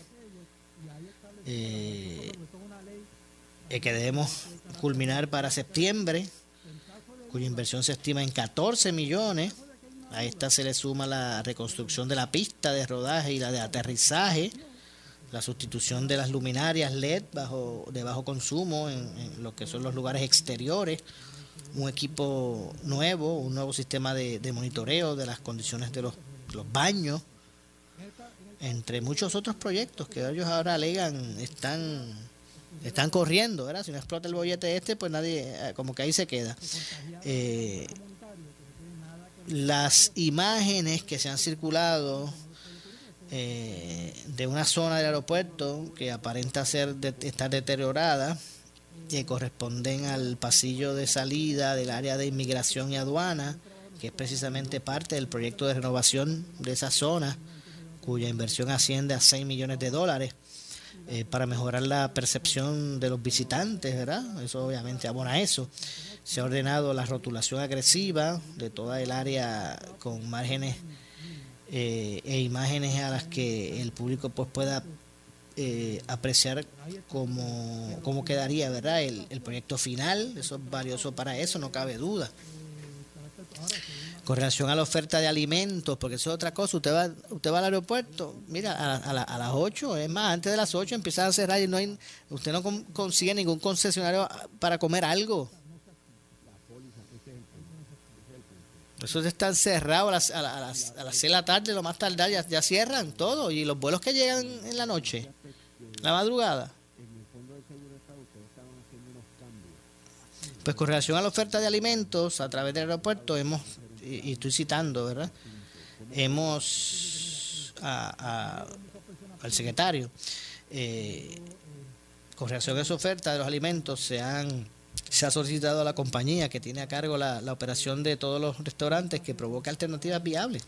que debemos culminar para septiembre, cuya inversión se estima en 14 millones. A esta se le suma la reconstrucción de la pista de rodaje y la de aterrizaje, la sustitución de las luminarias LED de bajo consumo en lo que son los lugares exteriores, un equipo nuevo, un nuevo sistema de monitoreo de las condiciones de los baños, entre muchos otros proyectos que ellos ahora alegan están corriendo, ¿verdad? Si no explota el bollete pues nadie, como que ahí se queda. Las imágenes que se han circulado de una zona del aeropuerto que aparenta estar deteriorada, que corresponden al pasillo de salida del área de inmigración y aduana, que es precisamente parte del proyecto de renovación de esa zona, cuya inversión asciende a 6 millones de dólares, para mejorar la percepción de los visitantes, ¿verdad? Eso obviamente abona a eso. Se ha ordenado la rotulación agresiva de toda el área con márgenes e imágenes a las que el público pues pueda apreciar cómo quedaría, ¿verdad? El proyecto final. Eso es valioso para eso, no cabe duda. Con relación a la oferta de alimentos, porque eso es otra cosa, usted va al aeropuerto, mira, a las 8, es más, antes de las 8 empiezan a cerrar y usted no consigue ningún concesionario para comer algo. Eso están cerrados a las 6 de la tarde, lo más tardar, ya cierran todo, y los vuelos que llegan en la noche, la madrugada. Pues con relación a la oferta de alimentos a través del aeropuerto y estoy citando, ¿verdad? Al secretario, con relación a esa oferta de los alimentos, se ha solicitado a la compañía que tiene a cargo la operación de todos los restaurantes que provoque alternativas viables,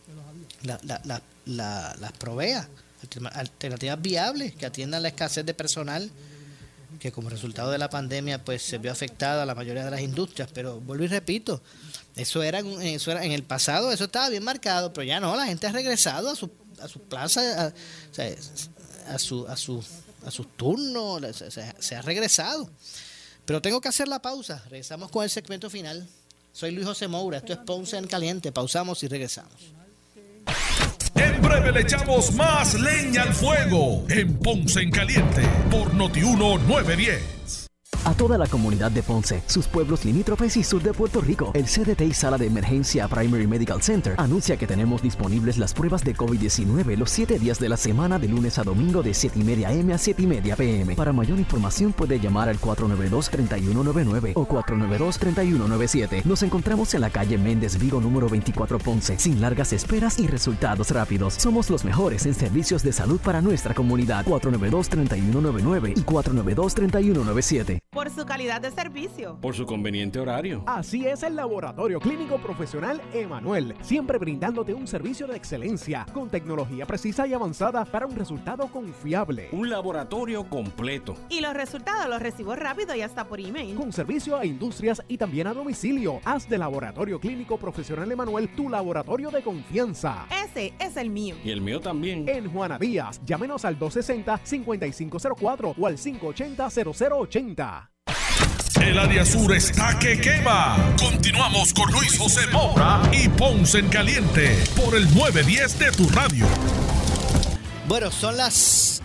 las provea alternativas viables que atiendan la escasez de personal que como resultado de la pandemia pues se vio afectada a la mayoría de las industrias. Pero vuelvo y repito, eso era en el pasado, eso estaba bien marcado, pero ya no, la gente ha regresado a su plaza, a sus turnos, se ha regresado. Pero tengo que hacer la pausa. Regresamos con el segmento final. Soy Luis José Moura, esto es Ponce en Caliente. Pausamos y regresamos. En breve le echamos más leña al fuego en Ponce en Caliente por Noti1 910. A toda la comunidad de Ponce, sus pueblos limítrofes y sur de Puerto Rico, el CDT y Sala de Emergencia Primary Medical Center anuncia que tenemos disponibles las pruebas de COVID-19 los 7 días de la semana de lunes a domingo de 7:30 a.m. a 7:30 p.m. Para mayor información puede llamar al 492-3199 o 492-3197. Nos encontramos en la calle Méndez Vigo número 24 Ponce, sin largas esperas y resultados rápidos. Somos los mejores en servicios de salud para nuestra comunidad. 492-3199 y 492-3197. Por su calidad de servicio. Por su conveniente horario. Así es el Laboratorio Clínico Profesional Emanuel, siempre brindándote un servicio de excelencia con tecnología precisa y avanzada para un resultado confiable. Un laboratorio completo. Y los resultados los recibo rápido y hasta por email. Con servicio a industrias y también a domicilio. Haz de Laboratorio Clínico Profesional Emanuel tu laboratorio de confianza. Ese es el mío. Y el mío también. En Juana Díaz, llámenos al 260-5504 o al 580-0080. El área sur está que quema. Continuamos con Luis José Moura y Ponce en Caliente por el 910 de tu radio. Bueno, son las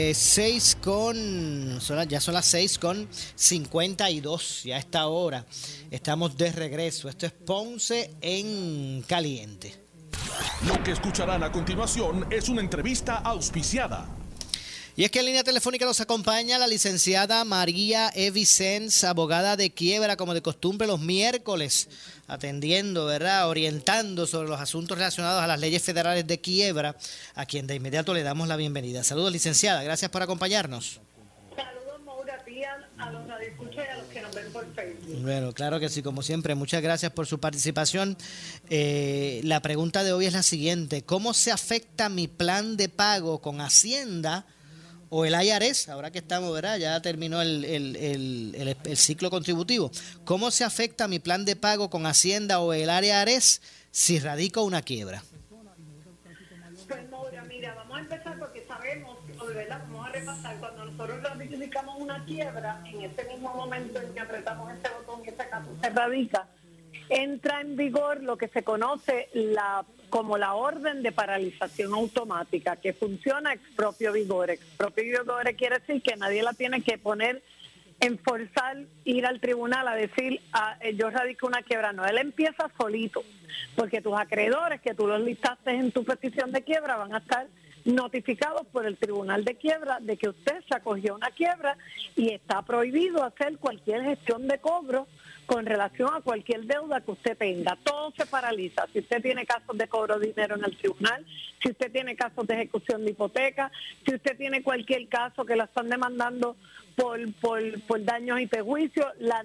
6:52. Ya a esta hora estamos de regreso. Esto es Ponce en Caliente. Lo que escucharán a continuación es una entrevista auspiciada. Y es que en línea telefónica nos acompaña la licenciada María E. Vicens, abogada de quiebra, como de costumbre los miércoles, atendiendo, ¿verdad?, orientando sobre los asuntos relacionados a las leyes federales de quiebra, a quien de inmediato le damos la bienvenida. Saludos, licenciada, gracias por acompañarnos. Saludos, Maura, a ti, a los radioescuchas y a los que nos ven por Facebook. Bueno, claro que sí, como siempre, muchas gracias por su participación. La pregunta de hoy es la siguiente: ¿cómo se afecta mi plan de pago con Hacienda o el IRS, ahora que estamos, ¿verdad? Ya terminó el ciclo contributivo? ¿Cómo se afecta mi plan de pago con Hacienda o el IRS si radico una quiebra? Pues, Maura, mira, vamos a empezar porque sabemos, ¿verdad? Vamos a repasar, cuando nosotros radicamos una quiebra, en ese mismo momento en que apretamos este botón y este caso se radica, entra en vigor lo que se conoce como la orden de paralización automática, que funciona ex proprio vigore. Ex proprio vigore quiere decir que nadie la tiene que poner en forzar, ir al tribunal a decir, yo radico una quiebra. No, él empieza solito, porque tus acreedores, que tú los listaste en tu petición de quiebra, van a estar notificados por el tribunal de quiebra de que usted se acogió a una quiebra y está prohibido hacer cualquier gestión de cobro con relación a cualquier deuda que usted tenga. Todo se paraliza. Si usted tiene casos de cobro de dinero en el tribunal, si usted tiene casos de ejecución de hipoteca, si usted tiene cualquier caso que la están demandando por daños y perjuicios,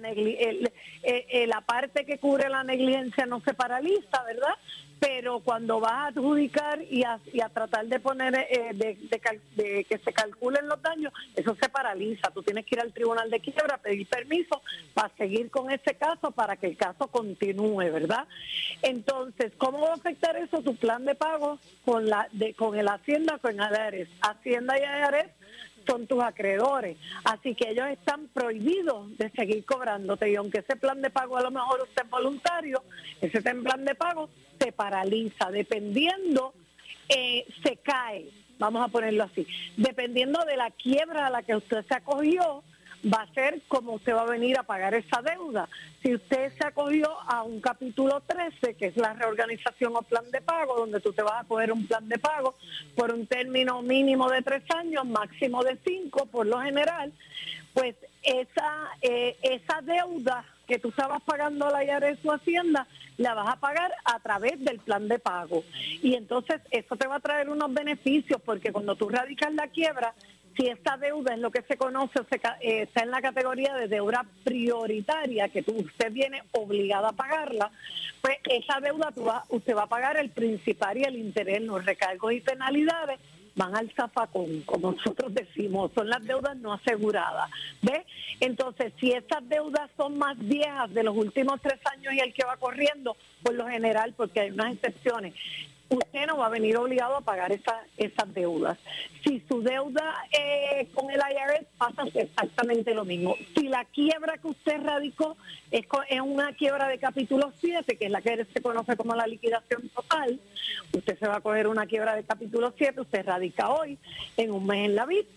la parte que cubre la negligencia no se paraliza, ¿verdad? Pero cuando vas a adjudicar y a tratar de poner, de que se calculen los daños, eso se paraliza. Tú tienes que ir al tribunal de quiebra, pedir permiso para seguir con ese caso, para que el caso continúe, ¿verdad? Entonces, ¿cómo va a afectar eso tu plan de pago con el Hacienda, con el IRS? Hacienda y IRS son tus acreedores, así que ellos están prohibidos de seguir cobrándote, y aunque ese plan de pago a lo mejor usted es voluntario, ese plan de pago se paraliza, dependiendo, se cae, vamos a ponerlo así, dependiendo de la quiebra a la que usted se acogió, va a ser como usted va a venir a pagar esa deuda. Si usted se acogió a un capítulo 13, que es la reorganización o plan de pago, donde tú te vas a coger un plan de pago por un término mínimo de 3 años, máximo de 5 por lo general, pues esa deuda que tú estabas pagando a la IRS o Hacienda, la vas a pagar a través del plan de pago. Y entonces eso te va a traer unos beneficios, porque cuando tú radicas la quiebra, si esta deuda es lo que se conoce, está en la categoría de deuda prioritaria, que usted viene obligada a pagarla, pues esa deuda usted va a pagar el principal y el interés, los recargos y penalidades van al zafacón, como nosotros decimos, son las deudas no aseguradas, ¿ves? Entonces, si esas deudas son más viejas de los últimos 3 años y el que va corriendo, por lo general, porque hay unas excepciones, usted no va a venir obligado a pagar esas deudas. Si su deuda con el IRS pasa exactamente lo mismo. Si la quiebra que usted radicó es una quiebra de capítulo 7, que es la que se conoce como la liquidación total, usted se va a coger una quiebra de capítulo 7, usted radica hoy, en un mes en la vista,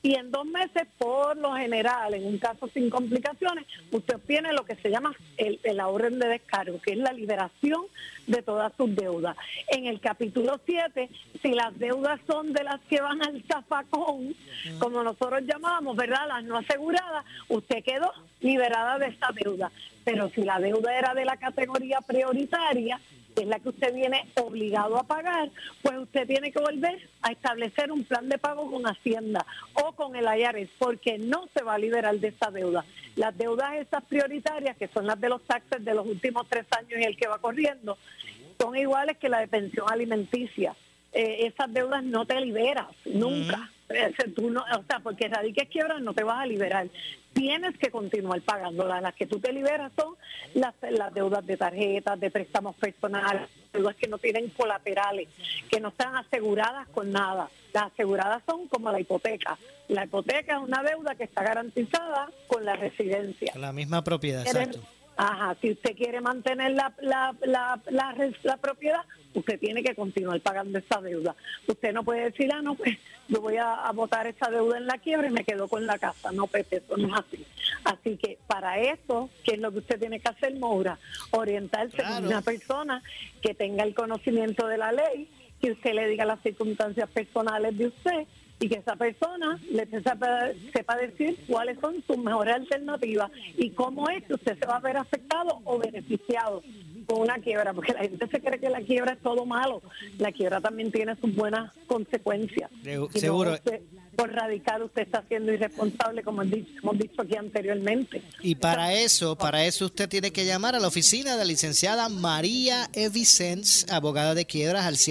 Y en 2 meses, por lo general, en un caso sin complicaciones, usted obtiene lo que se llama la orden de descargo, que es la liberación de todas sus deudas. En el capítulo 7, si las deudas son de las que van al zafacón, como nosotros llamamos, ¿verdad?, las no aseguradas, usted quedó liberada de esa deuda. Pero si la deuda era de la categoría prioritaria, que es la que usted viene obligado a pagar, pues usted tiene que volver a establecer un plan de pago con Hacienda o con el IRS, porque no se va a liberar de esa deuda. Las deudas esas prioritarias, que son las de los taxes de los últimos 3 años y el que va corriendo, son iguales que la de pensión alimenticia. Esas deudas no te liberas nunca. Tú no, o sea, porque radiques quiebras no te vas a liberar. Tienes que continuar pagándolas. Las que tú te liberas son las deudas de tarjetas, de préstamos personales, deudas que no tienen colaterales, que no están aseguradas con nada. Las aseguradas son como la hipoteca. La hipoteca es una deuda que está garantizada con la residencia. La misma propiedad, exacto. Ajá, si usted quiere mantener la propiedad, usted tiene que continuar pagando esa deuda. Usted no puede decir, no, pues yo voy a botar esa deuda en la quiebra y me quedo con la casa. No, Pepe, eso no es así. Así que para eso, ¿qué es lo que usted tiene que hacer, Moura? Orientarse con una persona que tenga el conocimiento de la ley, que usted le diga las circunstancias personales de usted y que esa persona le sepa decir cuáles son sus mejores alternativas y cómo es que usted se va a ver afectado o beneficiado con una quiebra, porque la gente se cree que la quiebra es todo malo. La quiebra también tiene sus buenas consecuencias. Seguro. No, por radical usted está siendo irresponsable, como hemos dicho aquí anteriormente. Y para eso usted tiene que llamar a la oficina de la licenciada María E. Vicens, abogada de quiebras, al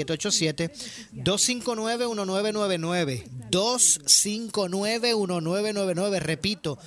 787-259-1999. 259-1999. Repito,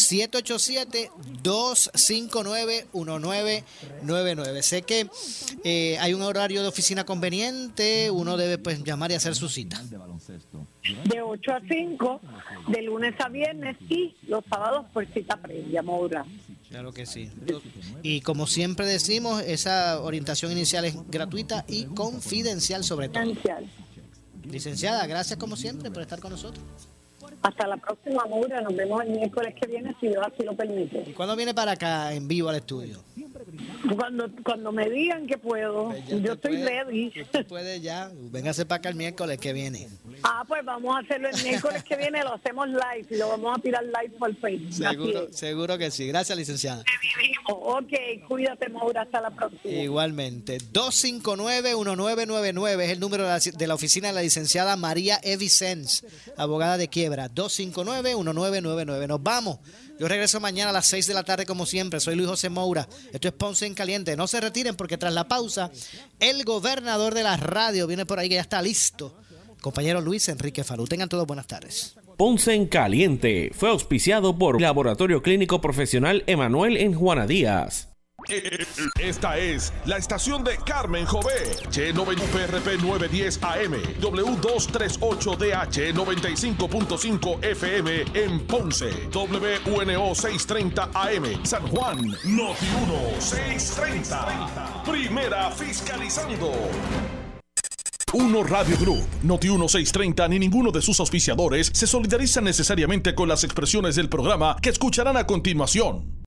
787-259-1999. Sé que hay un horario de oficina conveniente, uno debe pues llamar y hacer su cita. De 8 a 5, de lunes a viernes y los sábados por cita previa, Moura. Claro que sí. Y como siempre decimos, esa orientación inicial es gratuita y confidencial sobre todo. Licenciada, gracias como siempre por estar con nosotros. Hasta la próxima, Moura. Nos vemos el miércoles que viene, si Dios así lo permite. ¿Y cuándo viene para acá en vivo al estudio? Cuando me digan que puedo, pues yo estoy ready. Usted puede ya, véngase para acá el miércoles que viene. Pues vamos a hacerlo el miércoles que viene, lo hacemos live y lo vamos a tirar live por Facebook. Seguro que sí. Gracias, licenciada. Ok, cuídate, Maura, hasta la próxima. Igualmente. 259-1999 es el número de la oficina de la licenciada María E. Vicens, abogada de quiebra. 259-1999. Nos vamos. Yo regreso mañana a las 6 de la tarde como siempre. Soy Luis José Moura. Esto es Ponce en Caliente. No se retiren porque tras la pausa, el gobernador de la radio viene por ahí que ya está listo. Compañero Luis Enrique Falú. Tengan todos buenas tardes. Ponce en Caliente fue auspiciado por Laboratorio Clínico Profesional Emanuel en Juana Díaz. Esta es la estación de Carmen Jové, G90PRP 910 AM, W238DH 95.5 FM en Ponce, WNO 630 AM, San Juan, Noti 1 630, primera fiscalizando. Uno Radio Group, Noti 1 630 ni ninguno de sus auspiciadores se solidarizan necesariamente con las expresiones del programa que escucharán a continuación.